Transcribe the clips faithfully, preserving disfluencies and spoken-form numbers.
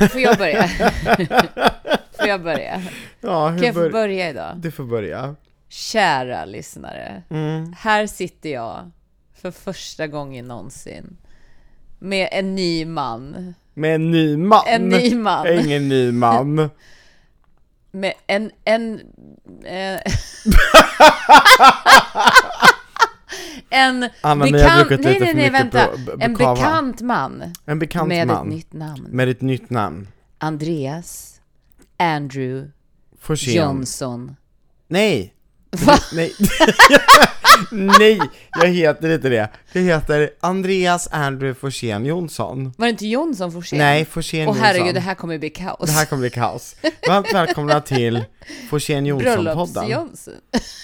får jag börja? Får jag börja? Ja, hur kan jag få bör... börja idag? Du får börja. Kära lyssnare. Mm. Här sitter jag för första gången någonsin med en ny man. Med en ny man. En ny man. Ingen ny man. Med en... en eh... en Anna, bekant... Nej, nej, nej, nej, vänta. På, på en kava. bekant man. En bekant med man. ett nytt namn. Med ett nytt namn. Andreas Andrew Forsén. Johnson. Nej. Va? Nej. Nej, jag heter inte det. Jag heter Andreas Andrew Forsén Jonsson. Var det inte Jonsson Forsén? Nej, Forsén Jonsson. Och herregud, det här kommer bli kaos. Det här kommer bli kaos. Varmt välkomna till Forsén Jonsson-podden. Bröllops-Jonsson.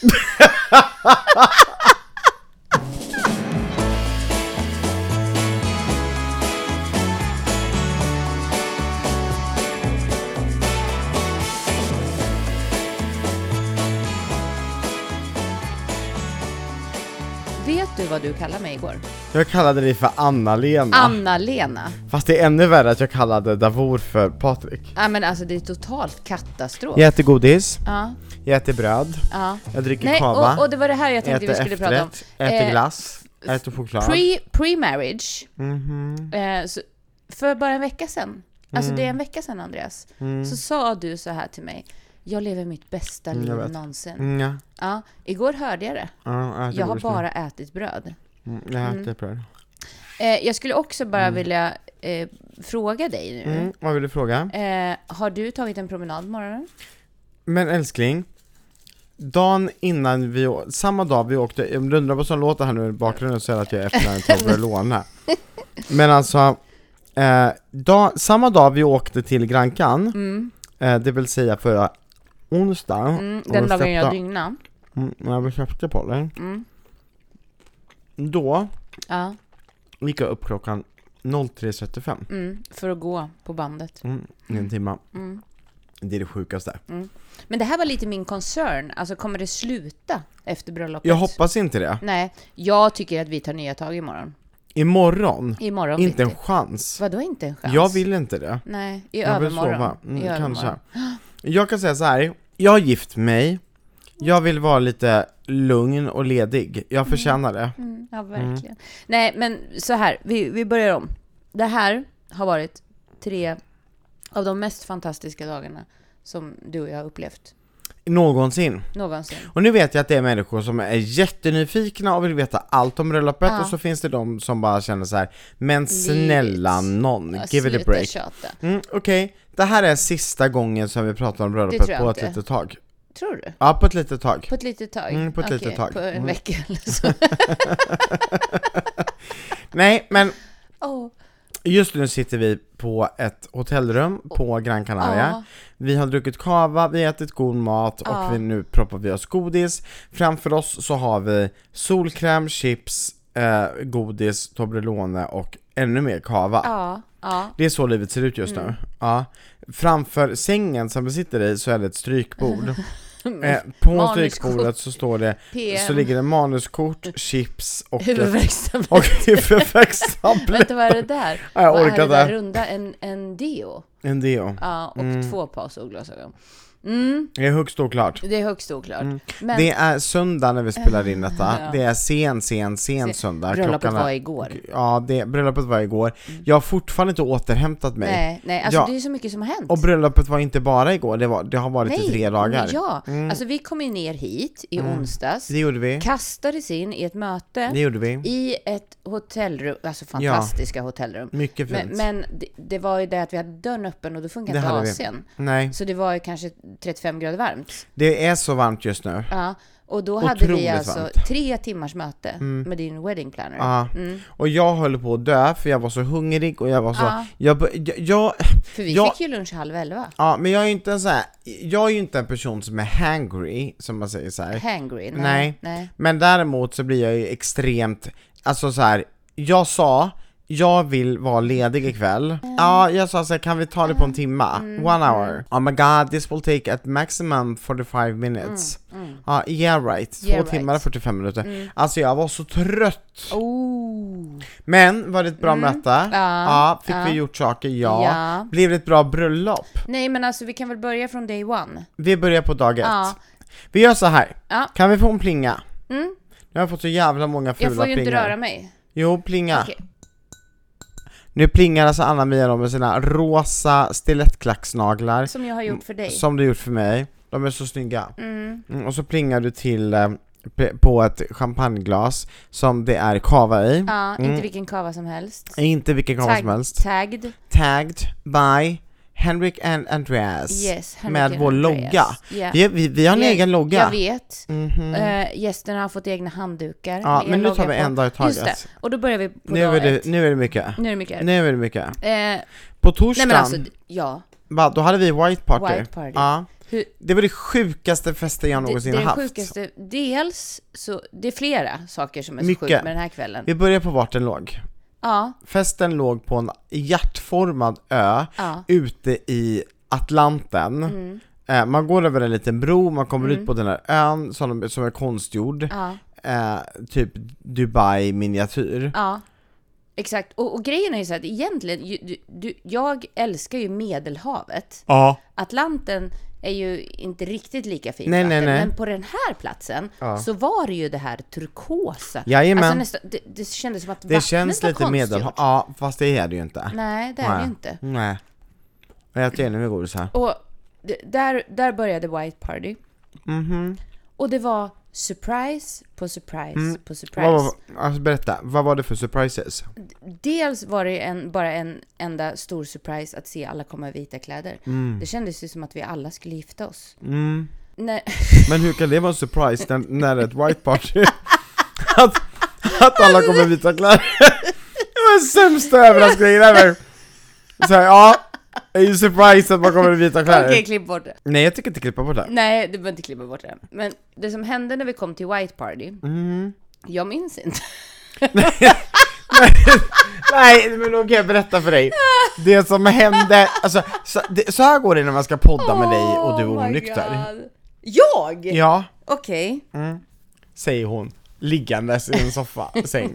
Vet du vad du kallade mig igår? Jag kallade dig för Anna-Lena. Anna-Lena. Fast det är ännu värre att jag kallade Davor för Patrik. Ja, men alltså det är totalt katastrof. Jag äter godis. Ja. Jag äter bröd. Ja. Jag dricker Nej, kava. och, och det var det här jag tänkte äter vi skulle efterrätt, prata om. Äter Eh, glass. Äter choklad. Pre, pre-marriage. Mm-hmm. Eh, så, för bara en vecka sedan. Alltså Mm. det är en vecka sedan, Andreas. Mm. Så sa du så här till mig. Jag lever mitt bästa Mm, jag liv vet. någonsin. Mm, ja. Ja, igår hörde jag det. Ja, jag äter Jag har godis nu. bara ätit bröd. Mm, jag äter Mm. bröd. Eh, jag skulle också bara Mm. vilja eh, fråga dig nu. Mm, vad vill du fråga? Eh, har du tagit en promenad på morgonen? Men älskling, dagen innan vi å- samma dag vi åkte, om du undrar vad som låter här nu i bakgrunden så är det att jag är efter en Toblerone. Men alltså eh, dag, samma dag vi åkte till Grankan, Mm. eh, det vill säga förra onsdag, Mm, och den vi dagen jag släppte- dygnade. mm, när vi köpte på den, Mm. då Ja. gick jag upp klockan tre trettiofem. Mm. För att gå på bandet. Mm, i en timme. Mm. Det är det sjukaste. Mm. Men det här var lite min concern. Alltså kommer det sluta efter bröllopet? Jag hoppas inte det. Nej, jag tycker att vi tar nya tag imorgon. Imorgon? Imorgon Inte en bitti. chans. Vadå inte en chans? Jag vill inte det. Nej, i Jag vill övermorgon. sova. Mm, I kanske. övermorgon. Jag kan säga så här. Jag har gift mig. Jag vill vara lite lugn och ledig. Jag förtjänar det. Mm, ja, verkligen. Nej, men så här. Vi, vi börjar om. Det här har varit tre av de mest fantastiska dagarna som du och jag har upplevt. Någonsin. Någonsin. Och nu vet jag att det är människor som är jättenyfikna och vill veta allt om bröllopet. Ja. Och så finns det de som bara känner så här. Men snälla någon, Ja, give it a sluta break. tjata. Mm, Okej, okay. Det här är sista gången som vi pratar om Det bröllopet tror jag på ett inte. litet tag. Tror du? Ja, på ett litet tag. På ett litet tag? Mm, på ett Okej, litet tag. På en Mm. vecka eller så. Nej, men oh. just nu sitter vi på ett hotellrum på Gran Canaria. Ja. Vi har druckit kava, vi har ätit god mat och Ja. vi, nu proppar vi oss godis. Framför oss så har vi solkräm, chips, eh, godis, Toblerone och ännu mer kava. Ja, ja. Det är så livet ser ut just Mm. nu. Ja. Framför sängen som vi sitter i så är det ett strykbord. Eh, på Manuskort. strykbordet så står det P M. så ligger det manuskort, chips och Huvudvärkstabletter. och huvudvärkstabletter. Vänta, vad är det där? Ja, jag Vad är orkar det där inte. runda? En, en deo. En deo. Ja, och Mm. två par solglasögon. Mm, Det är högst oklart. det är högst oklart. Mm. Men Det är söndag när vi spelar in detta. Ja. Det är sen, sen, sen Se- söndag. bröllopet Klockan är- var igår. Ja, det, bröllopet var igår. Jag har fortfarande inte återhämtat mig. Nej, nej, alltså Ja. det är så mycket som har hänt. Och bröllopet var inte bara igår, det, var, det har varit i tre dagar. Ja, Mm. alltså vi kom ju ner hit i Mm. onsdags. Det gjorde vi. Kastades in i ett möte. Det gjorde vi. I ett hotellrum, alltså fantastiska hotellrum. Mycket fint. Men, men det, det var ju det att vi hade dörren öppen och då funkar Det inte hade vi. A C:n. Nej, Så det var ju kanske trettiofem grader varmt. det är så varmt just nu. Ja, och då hade vi Otroligt alltså varmt. tre timmars möte Mm. med din wedding planner. Ja. Mm. Och jag höll på att dö för jag var så hungrig och jag var så... Ja. Jag, bör- jag, jag, För vi jag, fick ju lunch halv elva. ja, men jag är ju inte en så här, jag är ju inte en person som är hangry, som man säger så här. Hangry. Nej. Nej. nej. Men däremot så blir jag ju extremt, alltså så här, jag sa, jag vill vara ledig ikväll. Mm. Ja, jag sa så här, kan vi ta det på en timma? Mm. One hour. Oh my god, this will take at maximum forty-five minutes. Mm. Mm. Ja, yeah right. Två Yeah timmar och right. fyrtiofem minuter. Mm. Alltså jag var så trött. Oh. Men var det ett bra Mm. möte? Ja, Ja. Fick ja. vi gjort saker? Ja. Ja. Blev det ett bra bröllop? Nej, men alltså vi kan väl börja från day one. Vi börjar på dag ett. Ja. Vi gör så här. Ja. Kan vi få en plinga? Mm. Nu har jag fått så jävla många fula Jag får ju plingar. inte röra mig. Jo, plinga. Okej. Nu plingar alltså Anna-Mia då med sina rosa stilettklacksnaglar Som jag har gjort för dig. som du gjort för mig. De är så snygga. Mm. Mm, och så plingar du till eh, p- på ett champagneglas som det är kava i. Ja, Mm. inte vilken kava som helst. Inte vilken kava Tag- som helst. Tagged. Tagged by Henrik and Andreas. Yes, Henrik med and vår Andreas. logga. Yeah. Vi, vi, vi har en Jag- egen logga. Jag vet. Mhm. Eh, gästerna har fått egna handdukar. Ja, med men en nu logga tar vi på. en dag i taget. Just det. Och då börjar vi på Nu dag är, det, ett. nu är det mycket. Nu är det mycket. Nu är det mycket. Eh, På torsdagen, nej men alltså, d- ja. va, då hade vi white party. White party. Ja. Hur, Det var det sjukaste festen jag det, någonsin det är har det haft. sjukaste. Dels så, det är flera saker som är så Mycket. sjukt med den här kvällen. Vi börjar på vart den låg. Ja, Festen låg på en hjärtformad ö ja. ute i Atlanten. Mm, Eh, man går över en liten bro, man kommer Mm. ut på den här ön som, som är konstgjord. ja, Eh, typ Dubai miniatyr. ja. Exakt. Och, och grejen är ju så att egentligen, ju, du, du, jag älskar ju Medelhavet. Ja. Atlanten är ju inte riktigt lika fint Nej, vatten, nej, nej. men på den här platsen Ja. så var det ju det här turkosa. Jajamän. Alltså nästan, det, det kändes som att Det vattnet känns var lite konstgjort. medelhav. Ja, fast det är det ju inte. Nej, det är det ju inte. Nej. Jag äter gärna med godis här. Och det, där, där började White Party. Mhm. Och det var surprise på surprise Mm. på surprise. Vad var, alltså berätta, vad var det för surprises? Dels var det en, bara en enda stor surprise att se alla komma i vita kläder. Mm. Det kändes ju som att vi alla skulle gifta oss. Mm. Nej. Men hur kan det vara en surprise när, när det är ett white party? att, att alla kommer i vita kläder. Det var den sämsta överraskningen ever. Så här, ja, är ju surprise att man kommer i vita kläder. Okej, klipp bort det. Nej, jag tycker inte klippa bort det. Nej, du behöver inte klippa bort det. Men det som hände när vi kom till White Party, Mm. jag minns inte. Nej, men då kan jag berätta för dig. Det som hände, alltså, så, det, så här går det när man ska podda med dig och du är Oh my onykter. God. Jag? Ja, Okej. mm. säger hon, liggandes i en soffa, säng.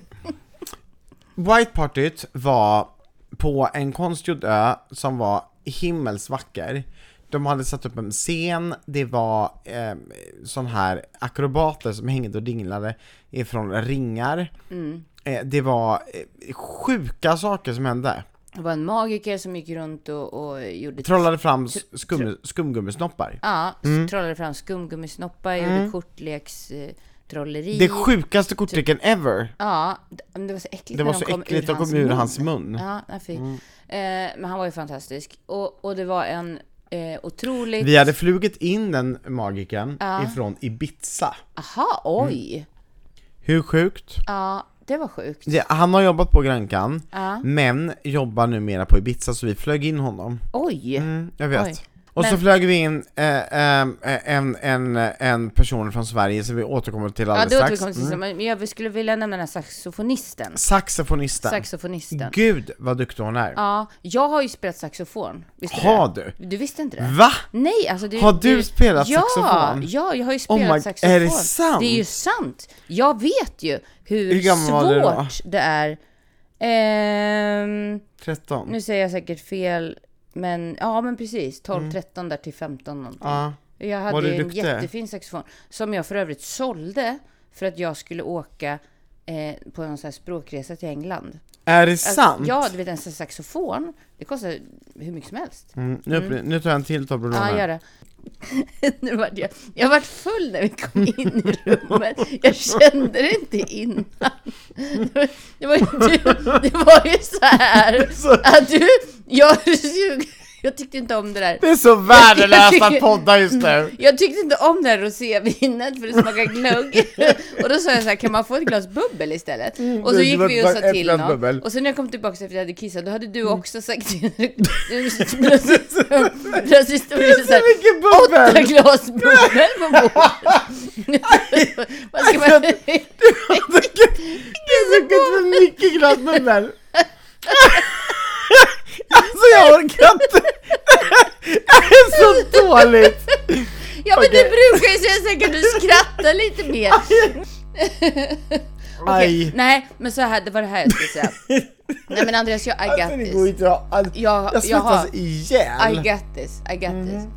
White partyt var på en konstgjord ö som var himmelsvacker. De hade satt upp en scen, det var eh, sån här akrobater som hängde och dinglade ifrån ringar. Mm. Eh, det var eh, sjuka saker som hände. Det var en magiker som gick runt och, och gjorde... Trollade fram skum, skumgummisnoppar. Ja, Mm. trollade fram skumgummisnoppar, Mm. gjorde kortleks... Eh, trolleri. Det sjukaste korttricken ever. Ja, d- men det var så äckligt Det när var de så kom äckligt ur att komma ur hans mun. Ja, nej, fy. Mm. Eh, men han var ju fantastisk. Och, och det var en eh, otroligt... Vi hade flugit in den magiken Ja. ifrån Ibiza. Aha, oj! Hur sjukt? Ja, det var sjukt. Det, han har jobbat på Grankan, Ja. men jobbar numera på Ibiza, så vi flög in honom. Oj! Mm, jag vet. Oj. Och så Men- flög vi in eh, eh, en, en, en person från Sverige som vi återkommer till Ja, alldeles det strax. återkommer till Mm. men jag skulle vilja nämna den här saxofonisten. Saxofonisten. Saxofonisten. Gud vad duktig hon är. Ja, jag har ju spelat saxofon. Visste Har du? du? Du visste inte det? Va? Nej, alltså du, Har du spelat ja, saxofon? Ja, jag har ju Oh spelat my- saxofon. är det sant? Det är ju sant. Jag vet ju hur, Hur gammal var svårt du då? det är. Ehm, tretton. nu säger jag säkert fel, men ja, men precis. tolv, tretton där till femton någonting. Ja. Jag Var hade du ju en duktig? jättefin saxofon som jag för övrigt sålde för att jag skulle åka eh, på en sån här språkresa till England. Är det Alltså, sant? ja, du vet, en sån här saxofon, det kostar hur mycket som helst. Mm, nu, nu tar jag en till Toblerone. Ja, gör det. nu var jag, jag var full när vi kom in i rummet. Jag kände det inte innan. Det var ju, det var ju så här att du, jag, jag tyckte inte om det där. Det är så värdelöst att podda just nu. Jag tyckte inte om det här rosévinet för det smakar glögg. Och då sa jag så här, kan man få ett glas bubbel istället? Och så det gick var vi och sa ett till glas någon. bubbel. Och så när jag kom tillbaka efter att jag hade kissat, då hade du också sagt plötsligt plötsligt stod det så här, mycket bubbel. åtta glas bubbel på bordet. Vad ska man... Det är så gott för mycket glas bubbel. Alltså jag orkar inte. Det är så dåligt. Ja, men Okej. du brukar ju säga så här, kan du skratta lite mer? Okay, nej, men så här, det var det här jag skulle säga. Nej men Andreas, jag I got alltså, this. Går inte att, all... jag, jag svettas ihjäl. I got this, I got mm. this.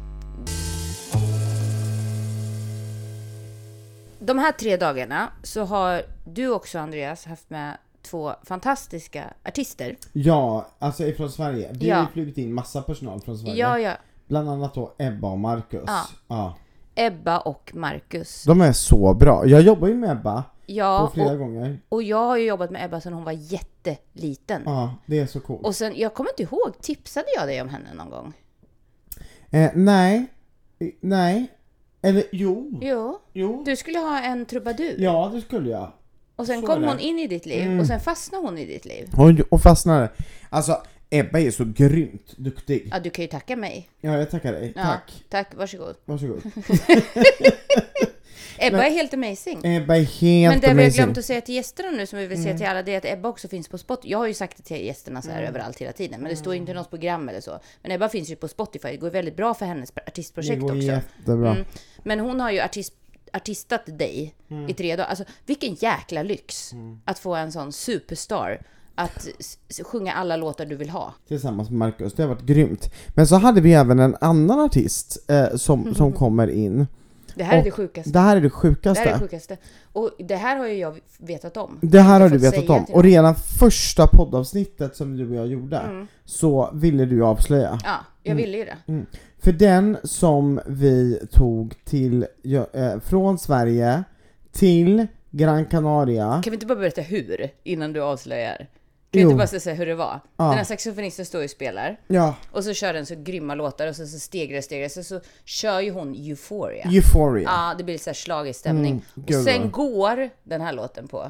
De här tre dagarna så har du också, Andreas, haft med två fantastiska artister. Ja, alltså ifrån Sverige. Vi ja. har flugit in massa personal från Sverige. Ja, ja. Bland annat då Ebba och Marcus. Ja. Ja. Ebba och Marcus. De är så bra. Jag jobbar ju med Ebba ja, på flera och, gånger. Och jag har ju jobbat med Ebba sedan hon var jätteliten. Ja, det är så coolt. Och sen, jag kommer inte ihåg, tipsade jag dig om henne någon gång? Eh, nej. Nej. Eller jo. Jo. jo. Du skulle ha en trubadur. Ja, det skulle jag. Och sen så kom det. hon in i ditt liv. Mm. Och sen fastnade hon i ditt liv. Hon och fastnade. Alltså, Ebba är så grymt duktig. Ja, du kan ju tacka mig. Ja, jag tackar dig. Ja, tack. Tack, varsågod. Varsågod. Ebba Men, är helt amazing. Ebba är helt amazing. Men det amazing. vi har glömt att säga till gästerna nu, som vi vill säga mm. till alla, det är att Ebba också finns på Spotify. Jag har ju sagt det till gästerna så här mm. överallt hela tiden. Men det mm. står inte i något program eller så. Men Ebba finns ju på Spotify. Det går väldigt bra för hennes artistprojekt också. Det går också. Jättebra. Mm. Men hon har ju artist, artistat dig mm. i tre dagar. Alltså vilken jäkla lyx mm. att få en sån superstar att s- sjunga alla låtar du vill ha. Tillsammans med Marcus, det har varit grymt. Men så hade vi även en annan artist eh, som, mm. som kommer in. Det här och är det sjukaste. Det här är det sjukaste. Det här är det sjukaste. Och det här har ju jag vetat om. Det här har du vetat om. Och redan första poddavsnittet som du och jag gjorde mm. så ville du avslöja. Ja, jag ville ju det. Mm. För den som vi tog till eh, från Sverige till Gran Canaria. Kan vi inte bara berätta hur innan du avslöjar? Kan jo. Inte bara säga hur det var? Ja. Den här saxofonisten står och spelar. Ja. Och så kör den så grymma låtar och så, så stegrar stegrar så, så kör ju hon Euphoria. Euphoria. Ja, det blir så här slag i stämning. Mm, och sen går den här låten på.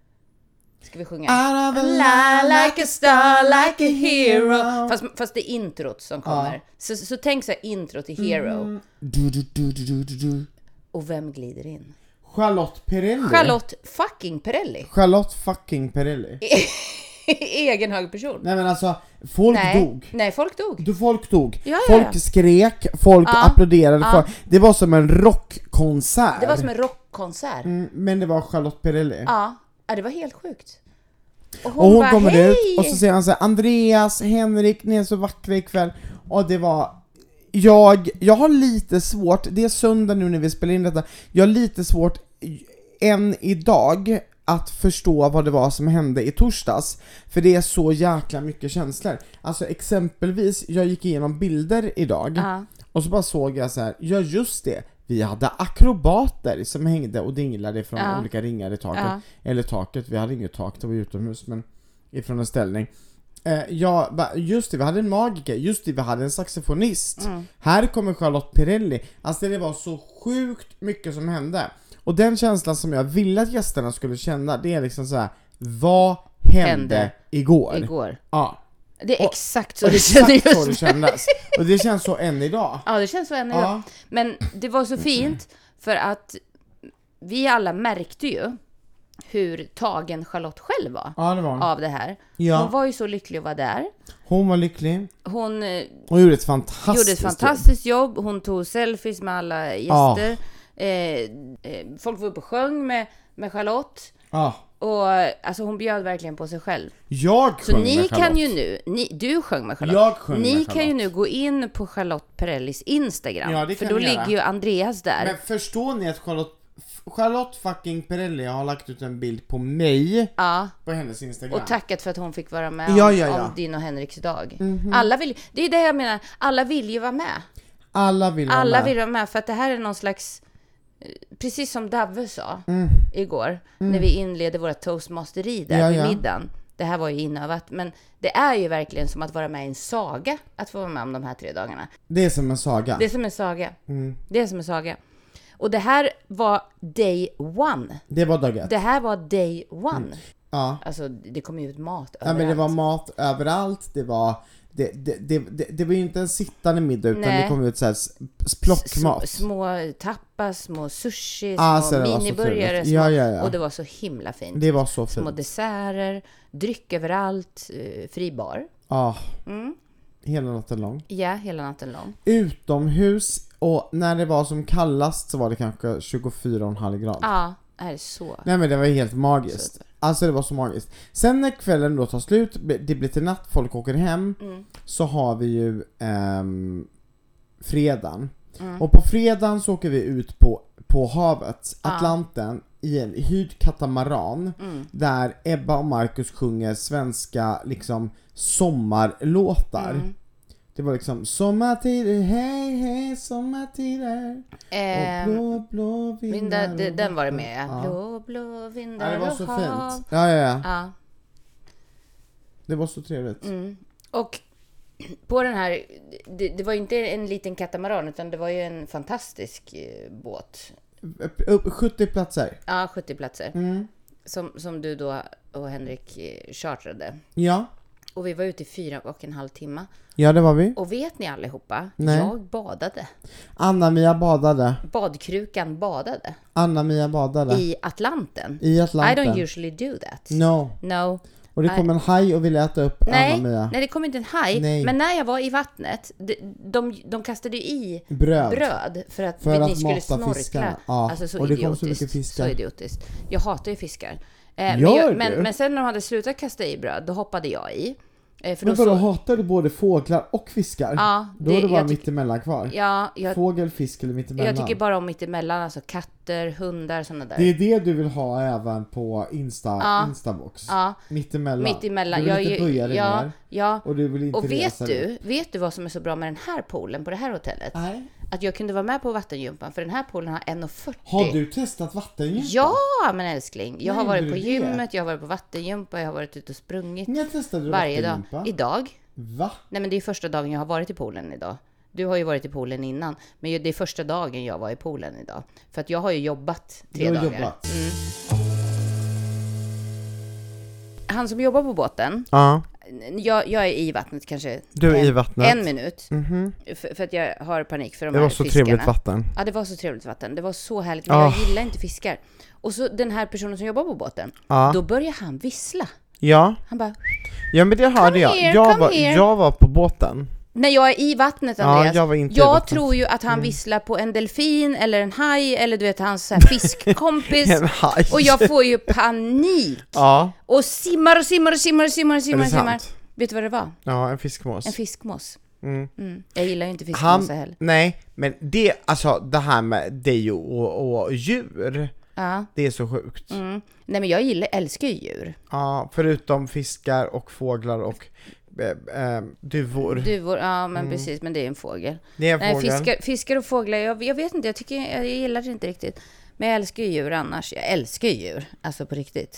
Ska vi sjunga? Out of a lie, like a star, like a hero. Fast, fast det är introt som kommer. Ja. Så, så tänk så här intro till Hero. Mm. Du, du, du, du, du, du. Och vem glider in? Charlotte Perrelli. Charlotte fucking Perrelli. Charlotte fucking Perrelli. Egen hög person. Nej men alltså, folk Nej. dog. Nej, folk dog. Du, folk dog. Ja, ja, folk ja. skrek, folk ja. applåderade. Ja. För. Det var som en rockkonsert. Det var som en rockkonsert. Mm, men det var Charlotte Perrelli. Ja, ja det var helt sjukt. Och hon, och hon bara, kommer hej! ut och så säger han så här: Andreas, Henrik, ni är så vackra ikväll. Och det var... Jag, jag har lite svårt, det är söndag nu när vi spelar in detta. Jag har lite svårt än idag att förstå vad det var som hände i torsdags. För det är så jäkla mycket känslor. Alltså exempelvis, jag gick igenom bilder idag. Uh-huh. Och så bara såg jag så här, ja just det. Vi hade akrobater som hängde och dinglade från uh-huh. olika ringar i taket. Uh-huh. Eller taket, vi hade inget tak, det var utomhus, men ifrån en ställning. Eh, ja, just det, vi hade en magiker. Just det, vi hade en saxofonist. Mm. Här kommer Charlotte Perrelli. Alltså det var så sjukt mycket som hände. Och den känslan som jag ville att gästerna skulle känna, det är liksom så här: vad hände, hände. igår? Igår. Ja. Det är och, exakt så och det, det, exakt så det kändes. Och det känns så än idag. Ja, det känns så än idag. Ja. Men det var så fint för att vi alla märkte ju hur tagen Charlotte själv var, ja, det var. av det här. Ja. Hon var ju så lycklig att vara där. Hon var lycklig. Hon, hon gjorde ett fantastiskt, gjorde ett fantastiskt jobb. jobb. Hon tog selfies med alla gäster. Ja. Eh, eh, folk var uppe och sjöng med, med Charlotte. Ja. Och alltså hon bjöd verkligen på sig själv. Jag sjöng Så ni med Charlotte. kan ju nu, ni, du sjöng med Charlotte. Jag sjöng ni med kan ju nu gå in på Charlotte Perrellis Instagram. Ja, det för kan då ni ligger göra. ju Andreas där. Men förstår ni att Charlotte Charlotte fucking Perrelli har lagt ut en bild på mig, ja, på hennes Instagram. Och tackat för att hon fick vara med om, ja, ja, ja. om din och Henriks dag. Mm-hmm. Alla vill, det är det jag menar, alla vill ju vara med. Alla vill vara alla med. vill vara med för att det här är någon slags, precis som Davve sa mm. igår, mm. när vi inledde våra toastmasteri där ja, vid ja. middagen. Det här var ju inövat, men det är ju verkligen som att vara med i en saga att få vara med om de här tre dagarna. Det är som en saga. Det är som en saga. Mm. Det är som en saga. Och det här var day one. Det var dag ett. Det här var day one. Mm. Ja. Alltså det kom ju ut mat överallt. Ja, men det var mat överallt. Det var det, det, det, det, det var ju inte en sittande middag utan Nej. det kom ut så här plockmat. S- små tapas, små sushi, ah, små miniburgare. Små, ja, ja, ja. Och det var så himla fint. Det var så fint. Små desserter, dryck överallt, eh, fri bar. Ja. Ah. Mm. Hela natten lång. Ja, hela natten lång. Utomhus, och när det var som kallast så var det kanske tjugofyra komma fem grader. Ja, Det här är så... Nej men det var helt magiskt. Alltså det var så magiskt. Sen när kvällen då tar slut, det blir till natt, folk åker hem, mm. så har vi ju ehm, fredagen. Mm. Och på fredagen så åker vi ut på, på havet, Atlanten, ja. i en hyrd katamaran, mm. där Ebba och Marcus sjunger svenska liksom sommarlåtar. Mm. Det var liksom sommartider, hej hej sommartider, eh, och blå blå vindar. vindar den var det med, ja. Blå blå vindar. Ja, det var så hav. fint. Ja, ja, ja. ja. Det var så trevligt. Mm. Och på den här, det, det var ju inte en liten katamaran, utan det var ju en fantastisk eh, båt. Upp sjuttio platser. Ja, sjuttio platser. Mm. Som, som du då och Henrik eh, chartrade. Ja. Och vi var ute i fyra och en halv timme. Ja, det var vi. Och vet ni allihopa? Nej. Jag badade. Anna-Mia badade. Badkrukan badade. Anna-Mia badade. I Atlanten. I Atlanten. I don't usually do that. No. No. Och det kom I... en haj och ville äta upp nej, Anna-Mia. Nej, det kom inte en haj. Nej. Men när jag var i vattnet, de, de, de kastade i bröd, bröd för att, för ni att skulle snorkla. Ja. Alltså så och det idiotiskt. kom så mycket fiskar. Så idiotiskt. Jag hatar ju fiskar. Eh, Gör men, jag, du? men, men sen när de hade slutat kasta i bröd, då hoppade jag i. Eh, för men vadå, så... hatar du både fåglar och fiskar? Ja, det, då är det bara tyck... mittemellan kvar. Ja, jag... Fågel, fisk eller mittemellan? Jag tycker bara om mittemellan, alltså katter, hundar, sådana där. Det är det du vill ha även på Insta, ja. Instabox? Ja. Mittemellan? Mittemellan. Du vill jag, inte böja dig ja, ner? Ja. Och du vill inte och vet resa du, dig? vet du vad som är så bra med den här poolen på det här hotellet? Nej. Att jag kunde vara med på vattengympan, för den här poolen har en fyrtio. Har du testat vattengympa? Ja, men älskling. Jag Nej, har varit på det? gymmet, jag har varit på vattengympa, jag har varit ute och sprungit. När testade du varje vattengympa? dag. Idag. Va? Nej, men det är första dagen jag har varit i poolen idag. Du har ju varit i poolen innan, men det är första dagen jag var i poolen idag. För att jag har ju jobbat tre du har dagar. Jobbat. Mm. Han som jobbar på båten. Ja. Jag, jag är i vattnet kanske du är en, i vattnet. en minut. Mm-hmm. För, för att jag har panik för de det här var så fiskarna. trevligt vatten. Ja, det var så trevligt vatten. Det var så härligt. Men oh. jag gillar inte fiskar. Och så den här personen som jobbar på båten. Ja. Då börjar han vissla. Ja. Han bara... Ja, men det hörde jag. Here, jag, var, jag var på båten. När jag är i vattnet, Andreas. Ja, jag var inte jag i vattnet. tror ju att han visslar på en delfin eller en haj eller du vet hans så här fiskkompis. En haj. Och jag får ju panik. Ja. Och simmar och simmar och simmar och simmar och simmar, simmar. Vet du vad det var? Ja, en fiskmås. En fiskmås. Mm. Mm. Jag gillar ju inte fiskmås heller. Nej, men det, alltså det här med det och, och djur. Ja. Det är så sjukt. Mm. Nej, men jag gillar, älskar ju djur. Ja, förutom fiskar och fåglar och äh, äh, duvor. Duvor, ja men mm. precis, men det är en fågel. Det är en Nej, fågel. Fiskar, fiskar och fåglar, jag, jag vet inte, jag tycker jag gillar det inte riktigt. Men jag älskar ju djur annars. Jag älskar ju djur, alltså på riktigt.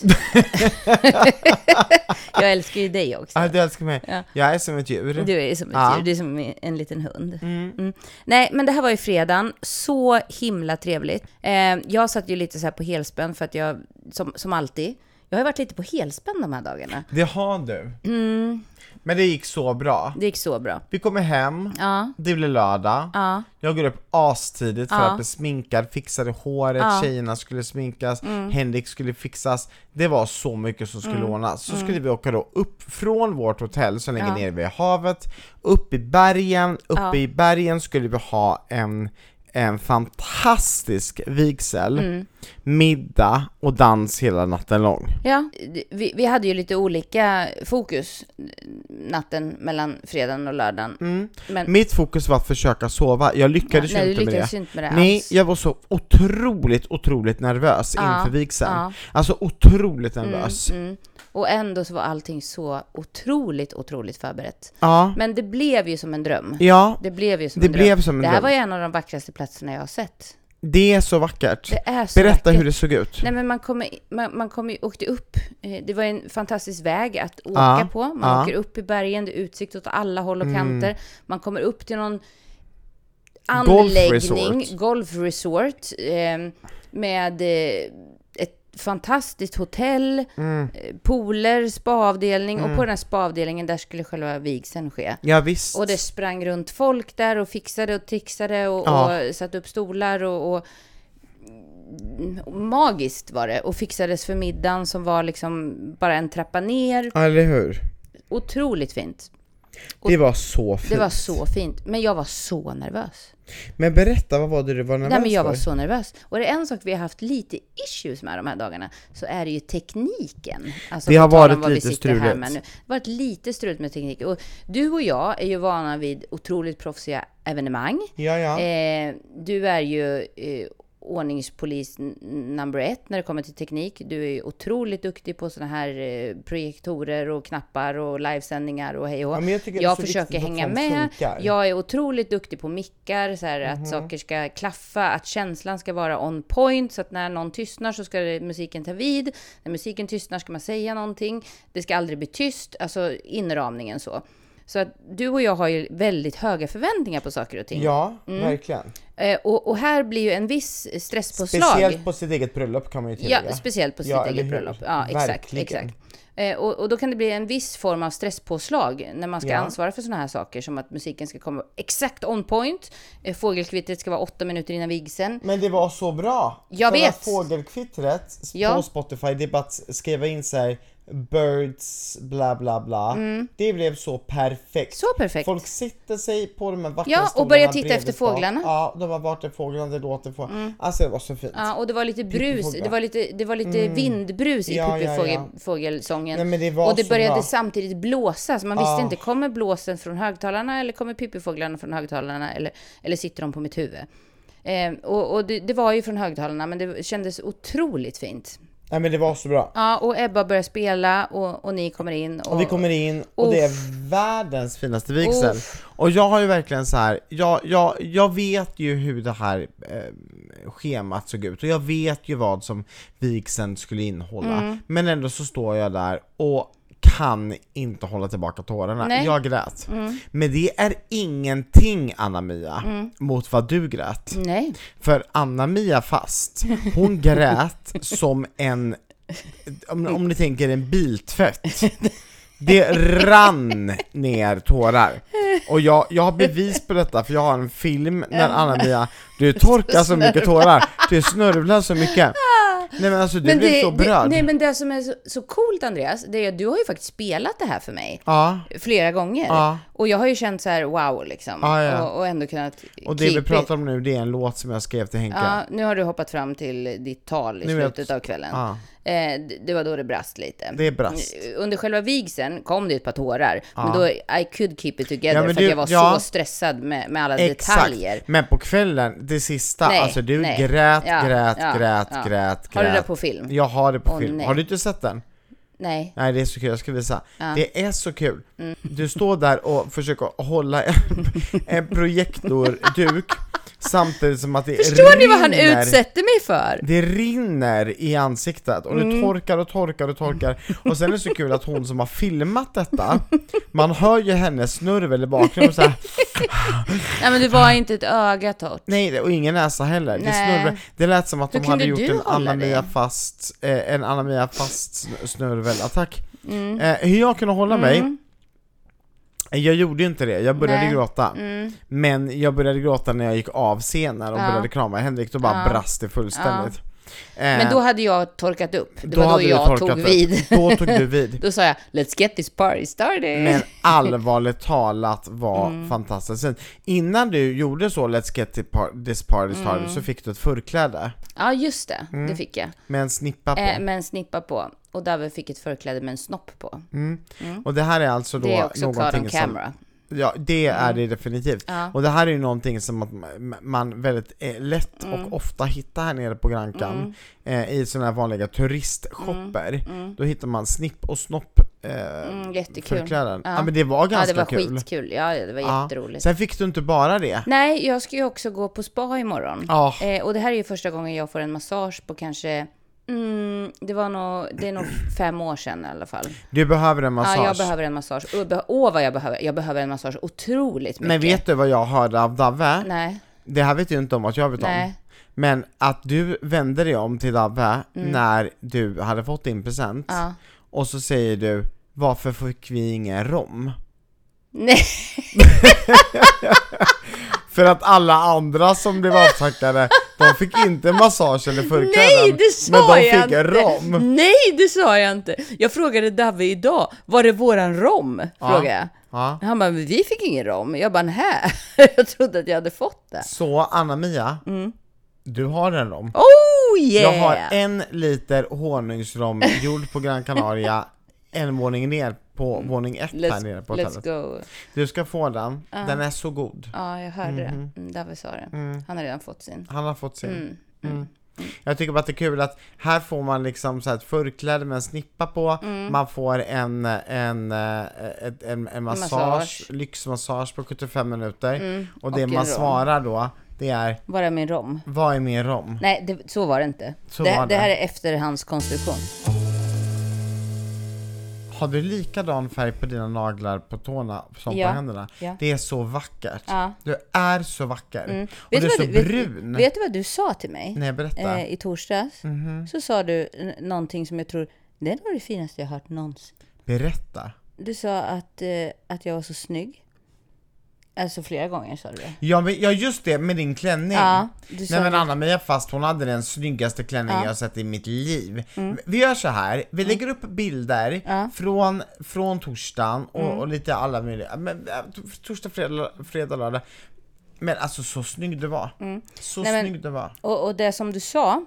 Jag älskar ju dig också. Ja, du älskar mig. Ja. Jag är som ett djur. Du är som ett ja. djur, du är som en liten hund. Mm. Mm. Nej, men det här var ju fredagen. Så himla trevligt. Eh, jag satt ju lite så här på helspänn för att jag, som, som alltid, jag har varit lite på helspänn de här dagarna. Det har du. Mm. Men det gick så bra. Det gick så bra. Vi kommer hem, ja. det blir lördag. Ja. Jag går upp astidigt för ja. att bli sminkad, fixade håret, ja. Tjejerna skulle sminkas, mm. Henrik skulle fixas. Det var så mycket som skulle mm. ordnas. Så mm. skulle vi åka då upp från vårt hotell som ligger ja. nere vid havet, upp i bergen. Uppe ja. i bergen skulle vi ha en... en fantastisk vigsel, mm. middag och dans hela natten lång. Ja, vi, vi hade ju lite olika fokus natten mellan fredagen och lördagen. Mm. Men mitt fokus var att försöka sova. Jag lyckades ja, ju nej, inte, lyckades med inte med det. Nej, alls. jag var så otroligt, otroligt nervös ja, inför vigseln. Ja. Alltså otroligt nervös. Mm, mm. Och ändå så var allting så otroligt, otroligt förberett. Ja. Men det blev ju som en dröm. Ja, det blev ju som det en blev dröm. Som en det här dröm. var ju en av de vackraste platserna jag har sett. Det är så vackert. Det är så Berätta vackert. hur det såg ut. Nej, men man kommer man, man kommer åkte upp. Det var en fantastisk väg att åka ja. på. Man ja. åker upp i bergen, det är utsikt åt alla håll och kanter. Mm. Man kommer upp till någon anläggning, golfresort eh, med eh, ett fantastiskt hotell, mm. pooler, spaavdelning mm. och på den här spaavdelningen där skulle själva vigseln ske. Ja, visst. Och det sprang runt folk där och fixade och trixade och, ja. och satte upp stolar och, och magiskt var det och fixades för middagen som var liksom bara en trappa ner. Eller hur? Otroligt fint. Och det var så fint. Det var så fint. Men jag var så nervös. Men berätta, vad var det du var nervös Nej, men jag för? var så nervös. Och det är en sak vi har haft lite issues med de här dagarna, så är det ju tekniken. Alltså, det har varit vad lite struligt. Här med nu. Det har varit lite struligt med teknik. Och du och jag är ju vana vid otroligt proffsiga evenemang. Ja, ja. Eh, du är ju eh, ordningspolis number ett när det kommer till teknik. Du är ju otroligt duktig på såna här eh, projektorer och knappar och livesändningar och hej och ja, men jag, tycker jag det är så försöker hänga med. Funkar. Jag är otroligt duktig på mickar, så här, mm-hmm. att saker ska klaffa, att känslan ska vara on point, så att när någon tystnar så ska det, musiken ta vid. När musiken tystnar ska man säga någonting. Det ska aldrig bli tyst, alltså inramningen så. Så att du och jag har ju väldigt höga förväntningar på saker och ting. Ja, mm. verkligen. Eh, och, och här blir ju en viss stresspåslag. Speciellt på sitt eget bröllop kan man ju tillägga. Ja, speciellt på sitt ja, eget bröllop. Ja, exakt, verkligen. exakt. Eh, och, och då kan det bli en viss form av stresspåslag när man ska ja. ansvara för såna här saker, som att musiken ska komma exakt on point. Eh, fågelkvittret ska vara åtta minuter innan vigseln. Men det var så bra. Jag för vet. Att fågelkvittret ja. på Spotify, det är bara att skriva in sig birds bla bla bla. Mm. Det blev så perfekt. Så perfekt. Folk sitter sig på de här vackra ja, och börjar titta efter fåglarna. Ja, de har varit efter fåglarna, det låter få. Mm. Alltså det var så fint. Ja, och det var lite brus, det var lite, det var lite mm. vindbrus i ja, Pippi-fågelsången. Ja, ja. Det var och det började bra. samtidigt blåsa, så man visste ah. inte, kommer blåsen från högtalarna eller kommer Pippi-fåglarna från högtalarna, eller, eller sitter de på mitt huvud? Eh, och och det, det var ju från högtalarna, men det kändes otroligt fint. Nej, men det var så bra. Ja, och Ebba börjar spela och, och ni kommer in. Och, och vi kommer in och uff. det är världens finaste vigsel. Och jag har ju verkligen så här, jag, jag, jag vet ju hur det här eh, schemat såg ut. Och jag vet ju vad som vigseln skulle innehålla. Mm. Men ändå så står jag där och kan inte hålla tillbaka tårarna. Nej. Jag grät. Mm. Men det är ingenting, Anna-Mia, mm. mot vad du grät. Nej. För Anna-Mia Fast, hon grät som en, om, om ni tänker en biltvätt. Det rann ner tårar. Och jag, jag har bevis på detta, för jag har en film när Anna-Mia, du torkar så mycket tårar, du snörvlar så mycket. Nej, men alltså du men blev det, så berörd. Det, nej, men det som är så, så coolt, Andreas, det är att du har ju faktiskt spelat det här för mig. Ja. Flera gånger. Ja. Och jag har ju känt så här, wow, liksom. Ja, ja. Och, och ändå kunnat och det vi pratar om nu, det är en låt som jag skrev till Henke. Ja, nu har du hoppat fram till ditt tal i nu slutet av kvällen. Ja. Eh, det var då det brast lite. Det brast. Under själva vigseln kom det ett par tårar. Ja. Men då, I could keep it together, ja, för du, att jag var ja. så stressad med, med alla Exakt. detaljer. Men på kvällen, det sista, nej, alltså du nej. grät, ja, grät, ja, grät, ja. grät, grät. Har du det på film? Jag har det på oh, film. Nej. Har du inte sett den? Nej. Nej, det är så kul, jag ska visa. Ja. Det är så kul. Mm. Du står där och försöker hålla en, en projektorduk samtidigt som att det Förstår rinner, ni vad han utsätter mig för? Det rinner i ansiktet och mm. du torkar och torkar och torkar. Och sen är det så kul att hon som har filmat detta, man hör ju hennes snurvel i bakgrunden så här. Nej, men det var inte ett öga torrt. Nej, och ingen näsa heller. Det, snurvel. Det lät som att Hur de hade gjort en Anna-Mia fast eh, en Anna-Mia fast snurvelattack. Mm. Eh, hur jag kunde hålla mig. Mm. Jag gjorde inte det, jag började Nej. gråta. Mm. Men jag började gråta när jag gick av scenen och ja. började krama Henrik, då bara ja. brast det fullständigt. Ja. Men då hade jag torkat upp. Det då var då jag tog upp. vid. Då tog du vid. Då sa jag, let's get this party started. Men allvarligt talat var mm. fantastiskt. Sen, innan du gjorde så, let's get this party started, mm. så fick du ett förkläde. Ja, just det. Mm. Det fick jag. Med en snippa på. Eh, med en snippa på. Och David fick ett förkläde med en snopp på. Mm. Mm. Och det här är alltså då det är också någonting som... camera. Ja, det är det definitivt. Ja. Och det här är ju någonting som att man väldigt eh, lätt mm. och ofta hittar här nere på Grankan mm. eh, i sådana här vanliga turistshopper. Mm. Mm. Då hittar man snipp och snopp eh, mm, jättekul. förkläden. Ja. Ja, men det var ganska kul. Ja, det var kul. skitkul. Ja, det var ja. jätteroligt. Sen fick du inte bara det. Nej, jag ska ju också gå på spa imorgon. Ja. Eh, och det här är ju första gången jag får en massage på kanske... Mm, det var nog, det är nog fem år sedan i alla fall. Du behöver en massage. Ja, jag behöver en massage. Åh, oh, vad jag behöver. Jag behöver en massage otroligt mycket. Men vet du vad jag hörde av Davve? Nej. Det här vet jag inte om att jag vet Nej. om. Men att du vände dig om till Davve mm. när du hade fått din present. Ja. Och så säger du, varför fick vi ingen rom? Nej. För att alla andra som blev avtackade, de fick inte massage eller förkläden. Nej, det sa men de jag fick en rom. Nej, det sa jag inte. Jag frågade David idag, var det våran rom? Frågade jag. Ja. Ja. Han bara, men vi fick ingen rom. Jag bara, nej. Jag trodde att jag hade fått det. Så Anna-Mia, mm. du har en rom. Oh yeah! Jag har en liter honungsrom gjord på Gran Canaria, en våning ner på mm. våning ett let's, här nere på hotellet. Let's go. Du ska få den, uh. den är så god. Ja, jag hörde mm. det. Mm, David sa det. Mm. Han har redan fått sin. Han har fått sin. Mm. Mm. Mm. Jag tycker bara att det är kul att här får man liksom så här ett förkläde med en snippa på. Mm. Man får en, en, en, en, en massage, massage, lyxmassage på sjuttiofem minuter. Mm. Och det och man svarar då, det är... Vad är min rom? Vad är min rom? Nej, det, så var det inte. Det, var det. det här är efterhandskonstruktion. Har du likadan färg på dina naglar på tårna som ja. på händerna? Ja. Det är så vackert. Ja. Du är så vacker. Mm. Och vet du är så du, brun. Vet, vet du vad du sa till mig? Nej, berätta. Eh, I torsdags. Mm-hmm. Så sa du n- någonting som jag tror, det var det finaste jag hört någonsin. Berätta. Du sa att, eh, att jag var så snygg. Alltså flera gånger sa du det. Ja, men, ja just det, med din klänning. Ja, Nej men Anna-Mia, fast hon hade den snyggaste klänningen ja. jag sett i mitt liv. Mm. Vi gör så här, vi lägger upp bilder ja. från, från torsdagen och, mm. och lite alla möjliga. Men, torsdag, fredag, fredag, lördag. Men alltså så snygg du var. Mm. Så Nej, snygg men, du var. Och, och det som du sa,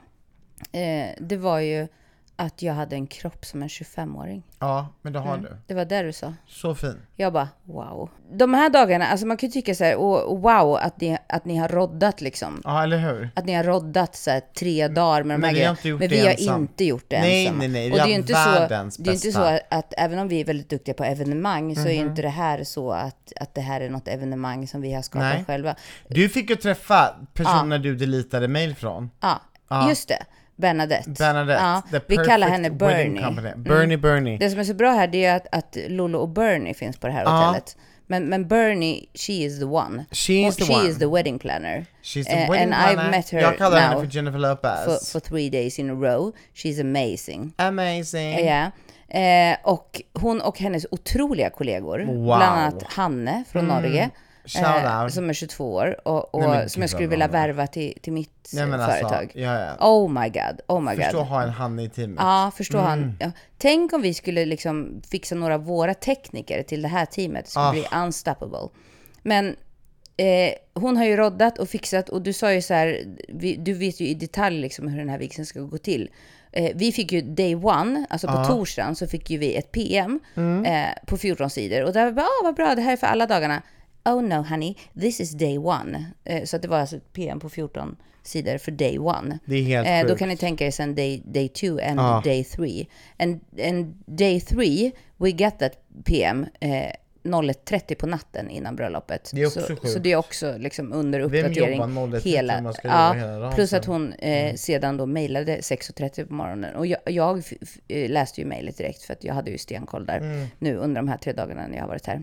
eh, det var ju att jag hade en kropp som en tjugofemåring. Ja, men det har mm. du. Det var det du sa. Så fin. Jag bara, wow. De här dagarna, alltså man kan ju tycka så här, oh, wow, att ni, att ni har roddat liksom. Ja, eller hur? Att ni har roddat så här tre dagar med de här grejerna. Men vi har ensam. inte gjort det nej, ensam. Nej, nej, nej. Och det är ju inte världens så, det är inte så att, att även om vi är väldigt duktiga på evenemang mm-hmm. så är inte det här så att, att det här är något evenemang som vi har skapat nej. själva. Du fick ju träffa personer ja. du delitade mejl från. Ja, ja. just det. Bernadette. Bernadette. Ja, vi kallar henne Bernie. Bernie, mm. Bernie. Det som är så bra här det är att, att Lolo och Bernie finns på det här ja. hotellet. Men, men Bernie, she is the one. She is the she one. She is the wedding planner. She's the uh, wedding and planner. I've met her Jag kallar now henne för Jennifer Lopez. For, for three days in a row. She's amazing. Amazing. Ja. Yeah. Eh, och hon och hennes otroliga kollegor. Wow. Bland annat Hanne från mm. Norge. Eh, som är tjugotvå år och, och Nej, som jag skulle vilja värva till, till mitt Nej, företag. Alltså, ja, ja. Oh my god, oh my förstå god. ha en Hanne i teamet. Ja, förstå mm. han. Ja. Tänk om vi skulle liksom fixa några av våra tekniker till det här teamet. Det skulle ah. bli unstoppable. Men eh, hon har ju roddat och fixat och du sa ju så här, vi, du vet ju i detalj liksom hur den här vigseln ska gå till. Eh, vi fick ju day one, alltså på ah. torsdagen så fick ju vi ett P M mm. eh, på fjorton sidor och där var bara, ah, vad bra, det här är för alla dagarna. Oh no honey, this is day one. Eh, så att det var alltså ett P M på fjorton sidor för day one. Det är helt eh, Då kan ni tänka er sen day, day two and ah. day three. And, and day three, we got that P M eh, noll ett trettio på natten innan bröllopet. Det är också så, sjukt. så det är också liksom under uppdatering. Vem jobbar hela, ja, hela plus att hon eh, mm. sedan då mejlade sex trettio på morgonen. Och jag, jag f- f- läste ju mejlet direkt för att jag hade ju stenkoll där mm. nu under de här tre dagarna när jag har varit här.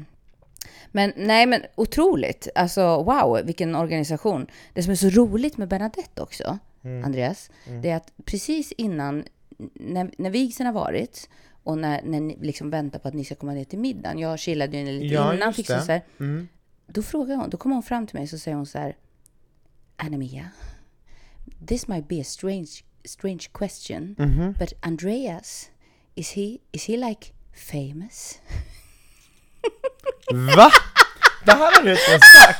Men nej, men otroligt. Alltså wow, vilken organisation. Det som är så roligt med Bernadette också, mm. Andreas, mm. det är att precis innan när, när vigseln har varit och när, när ni liksom väntar på att ni ska komma ner till middagen. Jag chillade ju lite ja, innan. Fick så här, mm. Då frågar hon, då kommer hon fram till mig och så säger hon så här: Anna-Mia, this might be a strange, strange question, mm-hmm. but Andreas, is he, is he like famous? Va? Det här har du inte sagt.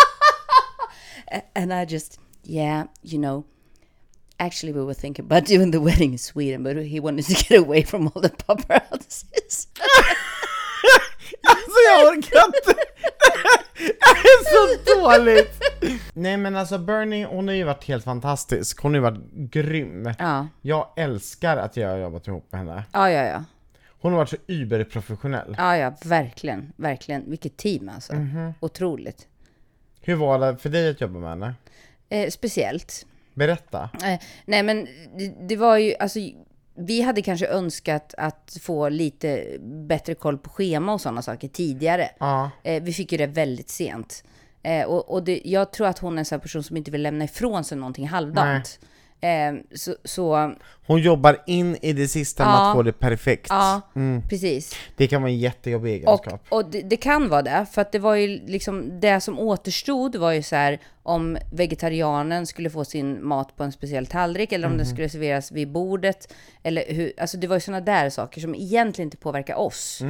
And I just, yeah, you know, actually we were thinking about doing the wedding in Sweden, but he wanted to get away from all the paparazzis. Alltså jag orkar inte. Det är så dåligt. Nej men alltså Bernie, hon har ju varit helt fantastisk. Hon har ju varit grym. Ja. Jag älskar att jag har jobbat ihop med henne. Ja, ja, ja. Hon har varit så überprofessionell. Ja, ja, verkligen. Verkligen. Vilket team alltså. Mm-hmm. Otroligt. Hur var det för dig att jobba med henne? Eh, speciellt. Berätta. Eh, nej, men det, det var ju, alltså, vi hade kanske önskat att få lite bättre koll på schema och sådana saker tidigare. Ja. Eh, vi fick ju det väldigt sent. Eh, och och det, jag tror att hon är en sån person som inte vill lämna ifrån sig någonting halvdant. Eh, så, så hon jobbar in i det sista ja, med att få det perfekt. Ja, mm. precis. Det kan vara en jättejobbig egenskap. Och, och det, det kan vara det, för att det var ju liksom det som återstod var ju så här, om vegetarianen skulle få sin mat på en speciell tallrik eller om mm. den skulle serveras vid bordet eller hur, alltså det var ju såna där saker som egentligen inte påverkar oss. Mm.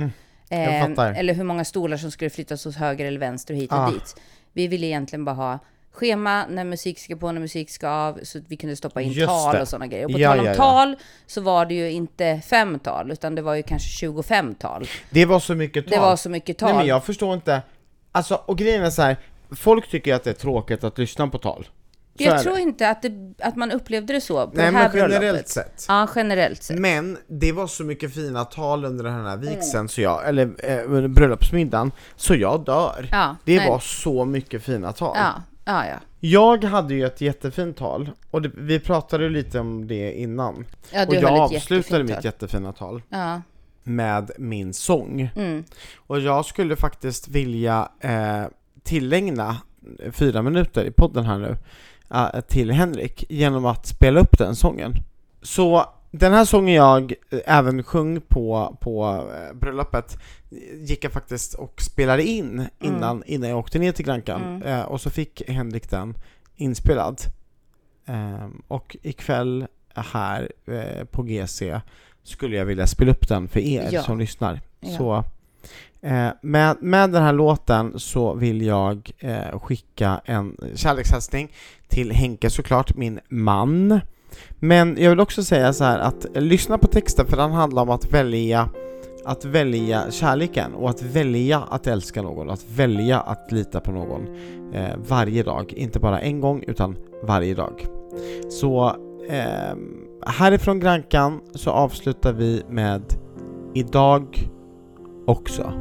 Eh, Jag fattar. eller hur många stolar som skulle flyttas åt höger eller vänster och hit och Ah. dit. Vi ville egentligen bara ha schema när musik ska på, när musik ska av, så att vi kunde stoppa in Just tal det. och sådana grejer. Och på Ja, tal om ja, ja. tal så var det ju inte fem tal, utan det var ju kanske tjugofem tal. Det var så mycket tal. Det var så mycket tal. Nej men jag förstår inte. Alltså, och grejen är så här, folk tycker att det är tråkigt att lyssna på tal. Så jag är tror det. inte att, det, att man upplevde det så på Nej, det här men generellt bröllopet. sett. Ja, generellt sett. Men det var så mycket fina tal under den här vigseln, så jag, eller eh, bröllopsmiddagen, så jag dör. Ja, det nej. var så mycket fina tal. Ja, ja, ja. Jag hade ju ett jättefint tal, och det, vi pratade ju lite om det innan. Ja, och du jag höll ett avslutade jättefint mitt tal. jättefina tal Ja. med min sång. Mm. Och jag skulle faktiskt vilja eh, tillägna fyra minuter i podden här nu eh, till Henrik genom att spela upp den sången. Så den här sången jag eh, även sjöng på, på eh, bröllopet gick jag faktiskt och spelade in innan, mm. innan jag åkte ner till Grankan. Mm. Eh, och så fick Henrik den inspelad. Eh, och ikväll här eh, på G C skulle jag vilja spela upp den för er Ja. som lyssnar. Ja. Så eh, med, med den här låten så vill jag eh, skicka en kärlekshälsning till Henke, såklart, min man. Men jag vill också säga så här att eh, lyssna på texten, för den handlar om att välja att välja kärleken och att välja att älska någon, att välja att lita på någon eh, varje dag, inte bara en gång utan varje dag. Så eh, härifrån Grankan så avslutar vi med Idag också.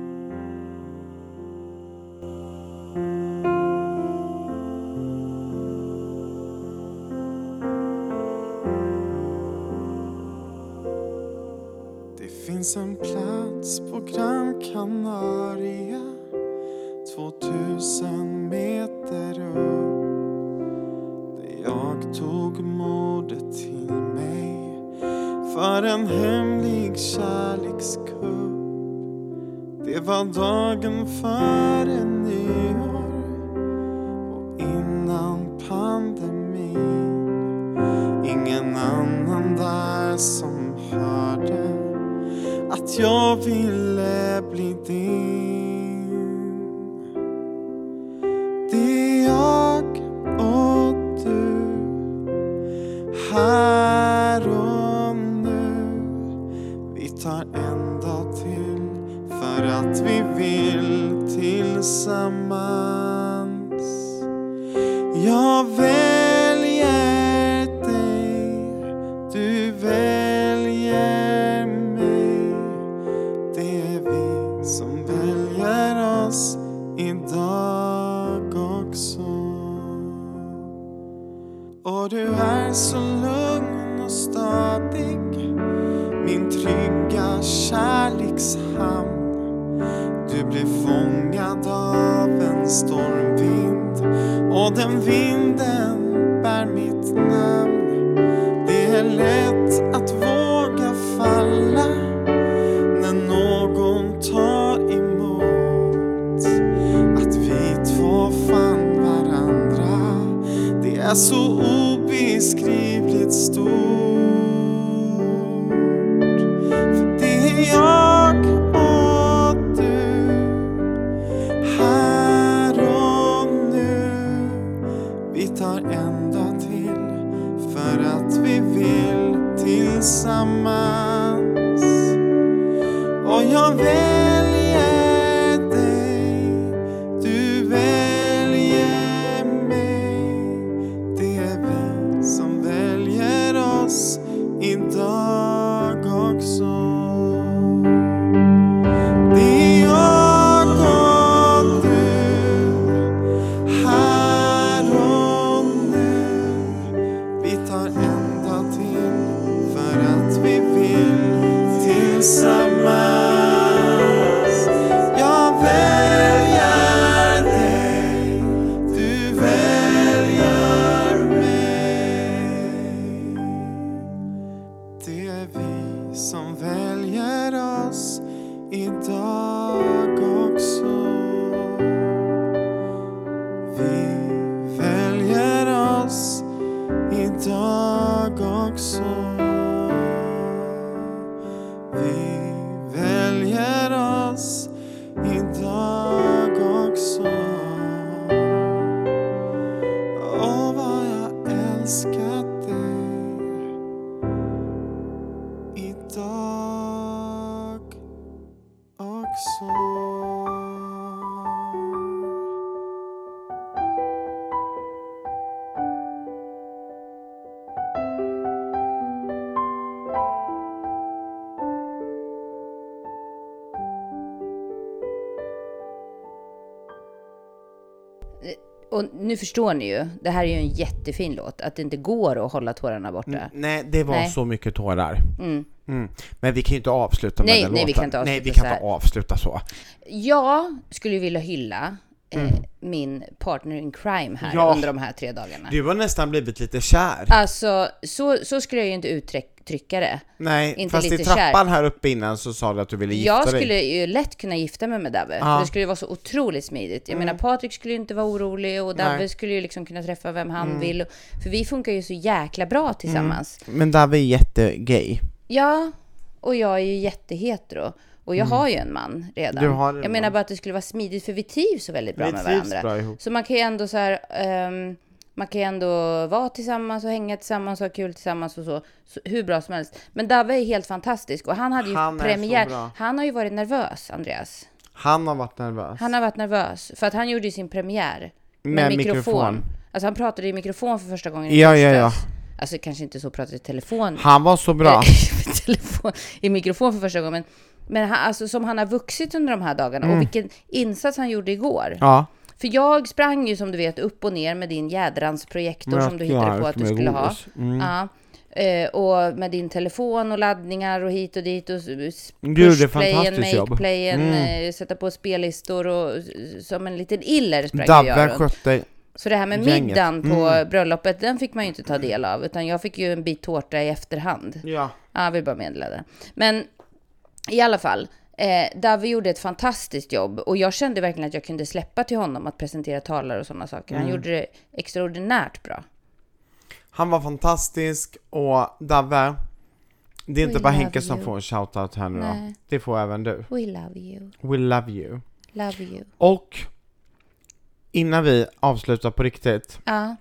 Det finns en plats på Gran Canaria, tvåtusen meter upp, där jag tog modet till mig för en hemlig kärlekskupp. Det var dagen före nyår och innan pandemin. Ingen annan där som hörde att jag ville bli din. Det är jag och du, här och nu. Vi tar en dag till för att vi vill tillsammans. Jag väljer dig, du väljer mig. Det är vi som väljer oss idag också. Och du är så lugn och stadig, min trygga kärlekshamn. Du blev fångad av en stormvind och den vinden bär mitt namn. Det är lätt att våga falla när någon tar emot. Att vi två fann varandra, det är så obeskrivligt stort. För det är jag och du, här och nu. Vi tar en dag till för att vi vill tillsammans. Och jag väljer dig, du väljer mig. Det är vi som väljer oss idag också. Det är jag och du, här och nu. Vi tar en dag till för att vi vill tillsammans. Jag väljer dig, du väljer mig. Det är vi som väljer oss idag också. Vi väljer oss idag också. Vi väljer oss Och nu förstår ni ju, det här är ju en jättefin låt, att det inte går att hålla tårarna borta. Mm, nej, det var nej. så mycket tårar. Mm. Mm. Men vi kan ju inte avsluta med nej, den nej, låten. Vi kan inte avsluta nej, vi kan så inte avsluta så. Jag skulle vilja hylla eh, Mm. min partner in crime här Ja. under de här tre dagarna. Du har nästan blivit lite kär. Alltså, så, så skulle jag ju inte uttrycka det. Nej, inte fast i lite trappan kär. här uppe innan så sa du att du ville gifta Jag dig. skulle ju lätt kunna gifta mig med Dabbe. Ja. För det skulle ju vara så otroligt smidigt. Jag Mm. menar, Patrik skulle ju inte vara orolig och Dabbe Nej. skulle ju liksom kunna träffa vem han Mm. vill. För vi funkar ju så jäkla bra tillsammans. Mm. Men David är jättegay. Ja, och jag är ju jättehetero. Och jag Mm. har ju en man redan. Du har en jag man. menar bara att det skulle vara smidigt, för vi trivs så väldigt bra Vi med trivs varandra. bra ihop. Så man kan ju ändå så här, ehm, man kan ju ändå vara tillsammans och hänga tillsammans och ha kul tillsammans och så, så hur bra som helst. Men Dave är helt fantastisk och han hade ju Han är premiär. så bra. Han har ju varit nervös, Andreas. Han har varit nervös. Han har varit nervös för att han gjorde ju sin premiär med, Med mikrofon. mikrofon. Alltså han pratade i mikrofon för första gången i Ja, ja, ja. torsdags. Alltså kanske inte så pratade i telefon. Han var så bra. telefon, i mikrofon för första gången. Men, men han, alltså, som han har vuxit under de här dagarna. Mm. Och vilken insats han gjorde igår. Ja. För jag sprang ju som du vet upp och ner med din jädrans projektor som du hittade på att du skulle ha. Mm. Ja. Eh, och med din telefon och laddningar och hit och dit och Du gjorde pushplayen, fantastiskt jobb. makeplayen, Mm. eh, sätta på spellistor och s- som en liten iller sprang Dabbe jag runt. skötte. Så det här med gänget. middagen på Mm. bröllopet, den fick man ju inte ta del av, utan jag fick ju en bit tårta i efterhand. Ja. Ja, jag vill bara meddela det. Men i alla fall, eh, David gjorde ett fantastiskt jobb och jag kände verkligen att jag kunde släppa till honom att presentera talare och sådana saker. Han Mm. gjorde det extraordinärt bra. Han var fantastisk och Dabbe, det är inte We bara love Henke som you. får en shoutout här nu då. Nej. Det får även du. We love you, We love you. love you. Och innan vi avslutar på riktigt Ja,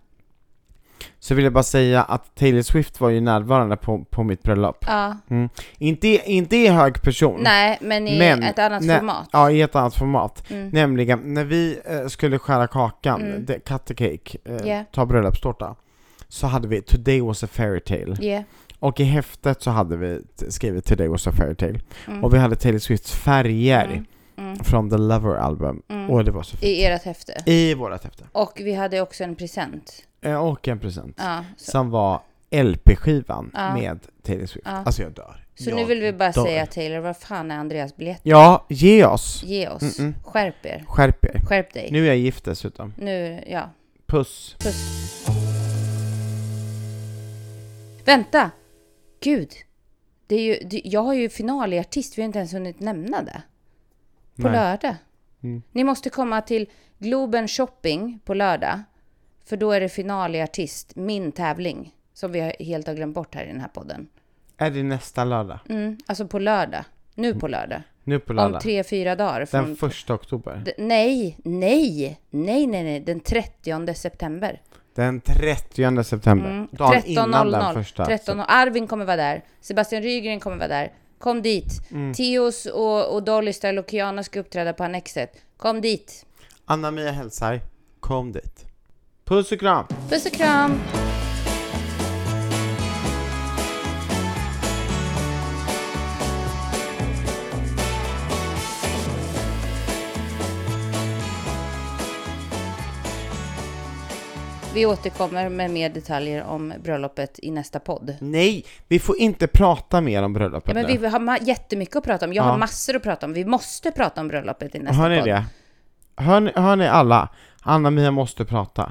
så vill jag bara säga att Taylor Swift var ju närvarande på, på mitt bröllop. ja. Mm. Inte, inte i hög person. Nej, men i Men, ett annat nä- format. Ja, i ett annat format. Mm. Nämligen, när vi eh, skulle skära kakan, Mm. det, cut the cake, eh, Yeah. ta bröllopstårta, så hade vi Today was a fairy tale. Yeah. Och i häftet så hade vi t- skrivit Today was a fairy tale. Mm. Och vi hade Taylor Swifts färger Mm. Mm. från The Lover album. Mm. Och det var så fint. I ert häfte. I vårat häfte. Och vi hade också en present. Eh, och en present. Ja, så Som var L P-skivan Ja. med Taylor Swift. Ja. Alltså jag dör. så jag nu vill vi bara dör. säga Taylor, vad fan är Andreas biljett? Ja, ge oss. Ge oss. Mm-mm. Skärp er. Skärp er. Skärp dig. Nu är jag gift dessutom. Nu, ja. Puss. Puss. Vänta! Gud. Det är ju, det, jag har ju final i artist. Vi har inte ens hunnit nämna det. På Nej. lördag. Mm. Ni måste komma till Globen Shopping på lördag. För då är det final i artist. Min tävling. Som vi har- helt har glömt bort här i den här podden. Är det nästa lördag? Mm, alltså på lördag. Nu på lördag. Nu på Om lördag. tre, fyra dagar. Från, Den första oktober. D- nej, nej, nej, nej, nej. Den trettionde september. Den trettionde september. Mm. Dagen innan den tretton noll noll. första. tretton Arvin kommer vara där. Sebastian Rygren kommer vara där. Kom dit. Mm. Tios och, och Dolly Style och Kiana ska uppträda på Annexet. Kom dit. Anna-Mia hälsar. Kom dit. Puss och kram. Puss och kram. Vi återkommer med mer detaljer om bröllopet i nästa podd. Nej, vi får inte prata mer om Ja, bröllopet men nu. vi har ma- jättemycket att prata om. Jag Ja. har massor att prata om. Vi måste prata om bröllopet i nästa Hör ni podd. det? Hör ni, hör ni alla? Anna-Mia måste prata.